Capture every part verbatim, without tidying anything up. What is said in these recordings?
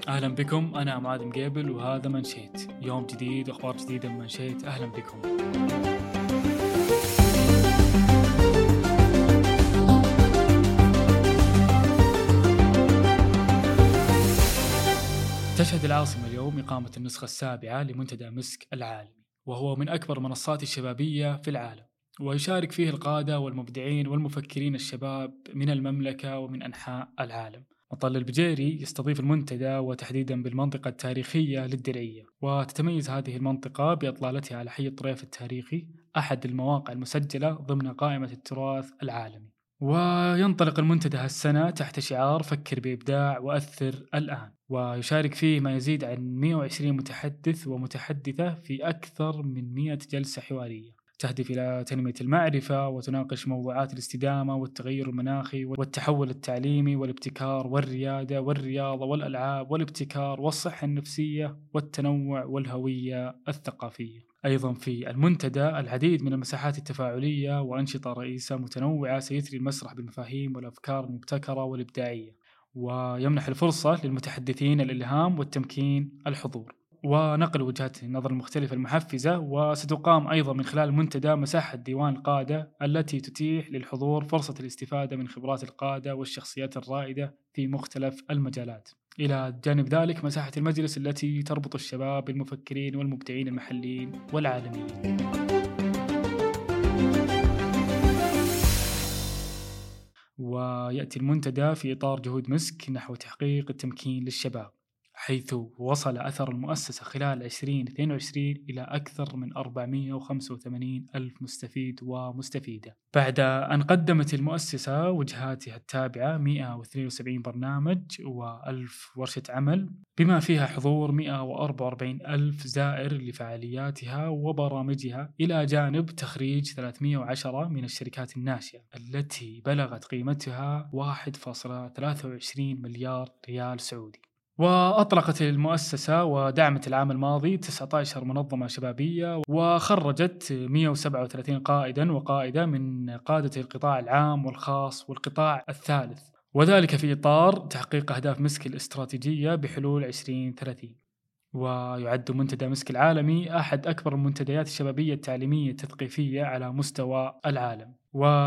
أهلا بكم، أنا معاذ مقيبل وهذا منشيت. يوم جديد وأخبار جديدة من منشيت. أهلا بكم. تشهد العاصمة اليوم إقامة النسخة السابعة لمنتدى مسك العالمي، وهو من أكبر المنصات الشبابية في العالم، ويشارك فيه القادة والمبدعين والمفكرين الشباب من المملكة ومن أنحاء العالم. مطل البجيري يستضيف المنتدى وتحديدا بالمنطقة التاريخية للدرعية، وتتميز هذه المنطقة بإطلالتها على حي الطريف التاريخي، أحد المواقع المسجلة ضمن قائمة التراث العالمي. وينطلق المنتدى هالسنة تحت شعار فكر بإبداع وأثر الآن، ويشارك فيه ما يزيد عن مئة وعشرين متحدث ومتحدثة في أكثر من مئة جلسة حوارية تهدف إلى تنمية المعرفة وتناقش موضوعات الاستدامة والتغير المناخي والتحول التعليمي والابتكار والريادة والرياضة والألعاب والابتكار والصحة النفسية والتنوع والهوية الثقافية. أيضا في المنتدى العديد من المساحات التفاعلية وأنشطة رئيسة متنوعة سيثري المسرح بالمفاهيم والأفكار المبتكرة والإبداعية، ويمنح الفرصة للمتحدثين الإلهام والتمكين الحضور ونقل وجهات النظر المختلفة المحفزة. وستقام أيضا من خلال المنتدى مساحة ديوان القادة التي تتيح للحضور فرصة الاستفادة من خبرات القادة والشخصيات الرائدة في مختلف المجالات. إلى جانب ذلك مساحة المجلس التي تربط الشباب بالمفكرين والمبدعين المحليين والعالميين. ويأتي المنتدى في إطار جهود مسك نحو تحقيق التمكين للشباب، حيث وصل أثر المؤسسة خلال عشرين اثنين وعشرين إلى أكثر من أربعمئة وخمسة وثمانين ألف مستفيد ومستفيدة، بعد أن قدمت المؤسسة وجهاتها التابعة مئة واثنين وسبعين برنامج وألف ورشة عمل، بما فيها حضور مئة وأربعة وأربعين ألف زائر لفعالياتها وبرامجها، إلى جانب تخريج ثلاثمئة وعشرة من الشركات الناشئة التي بلغت قيمتها واحد فاصلة ثلاثة وعشرين مليار ريال سعودي. وأطلقت المؤسسة ودعمت العام الماضي تسعة عشر منظمة شبابية، وخرجت مئة وسبعة وثلاثين قائدا وقائدة من قادة القطاع العام والخاص والقطاع الثالث، وذلك في إطار تحقيق أهداف مسك الاستراتيجية بحلول عشرين ثلاثين. ويعد منتدى مسك العالمي أحد أكبر المنتديات الشبابية التعليمية التثقيفية على مستوى العالم،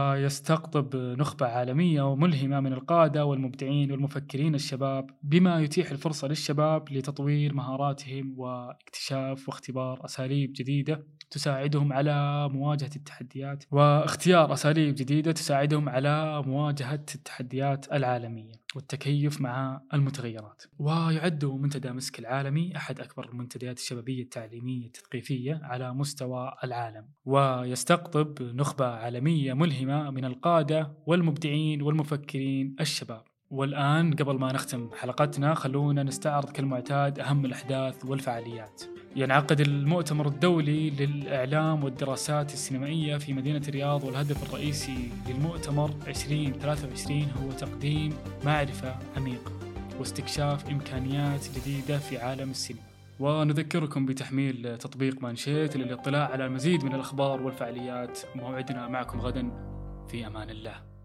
ويستقطب نخبة عالمية وملهمة من القادة والمبدعين والمفكرين الشباب، بما يتيح الفرصة للشباب لتطوير مهاراتهم واكتشاف واختبار أساليب جديدة تساعدهم على مواجهة التحديات واختيار أساليب جديدة تساعدهم على مواجهة التحديات العالمية والتكيف مع المتغيرات. ويعد منتدى مسك العالمي أحد أكبر المنتديات الشبابية التعليمية التثقيفية على مستوى العالم، ويستقطب نخبة عالمية ملهمة من القادة والمبدعين والمفكرين الشباب. والآن قبل ما نختم حلقتنا خلونا نستعرض كالمعتاد أهم الأحداث والفعاليات. ينعقد المؤتمر الدولي للإعلام والدراسات السينمائية في مدينة الرياض، والهدف الرئيسي للمؤتمر عشرين ثلاثة وعشرين هو تقديم معرفة عميقة واستكشاف إمكانيات جديدة في عالم السينما. ونذكركم بتحميل تطبيق منشيت للاطلاع على المزيد من الأخبار والفعاليات. موعدنا معكم غدا، في أمان الله.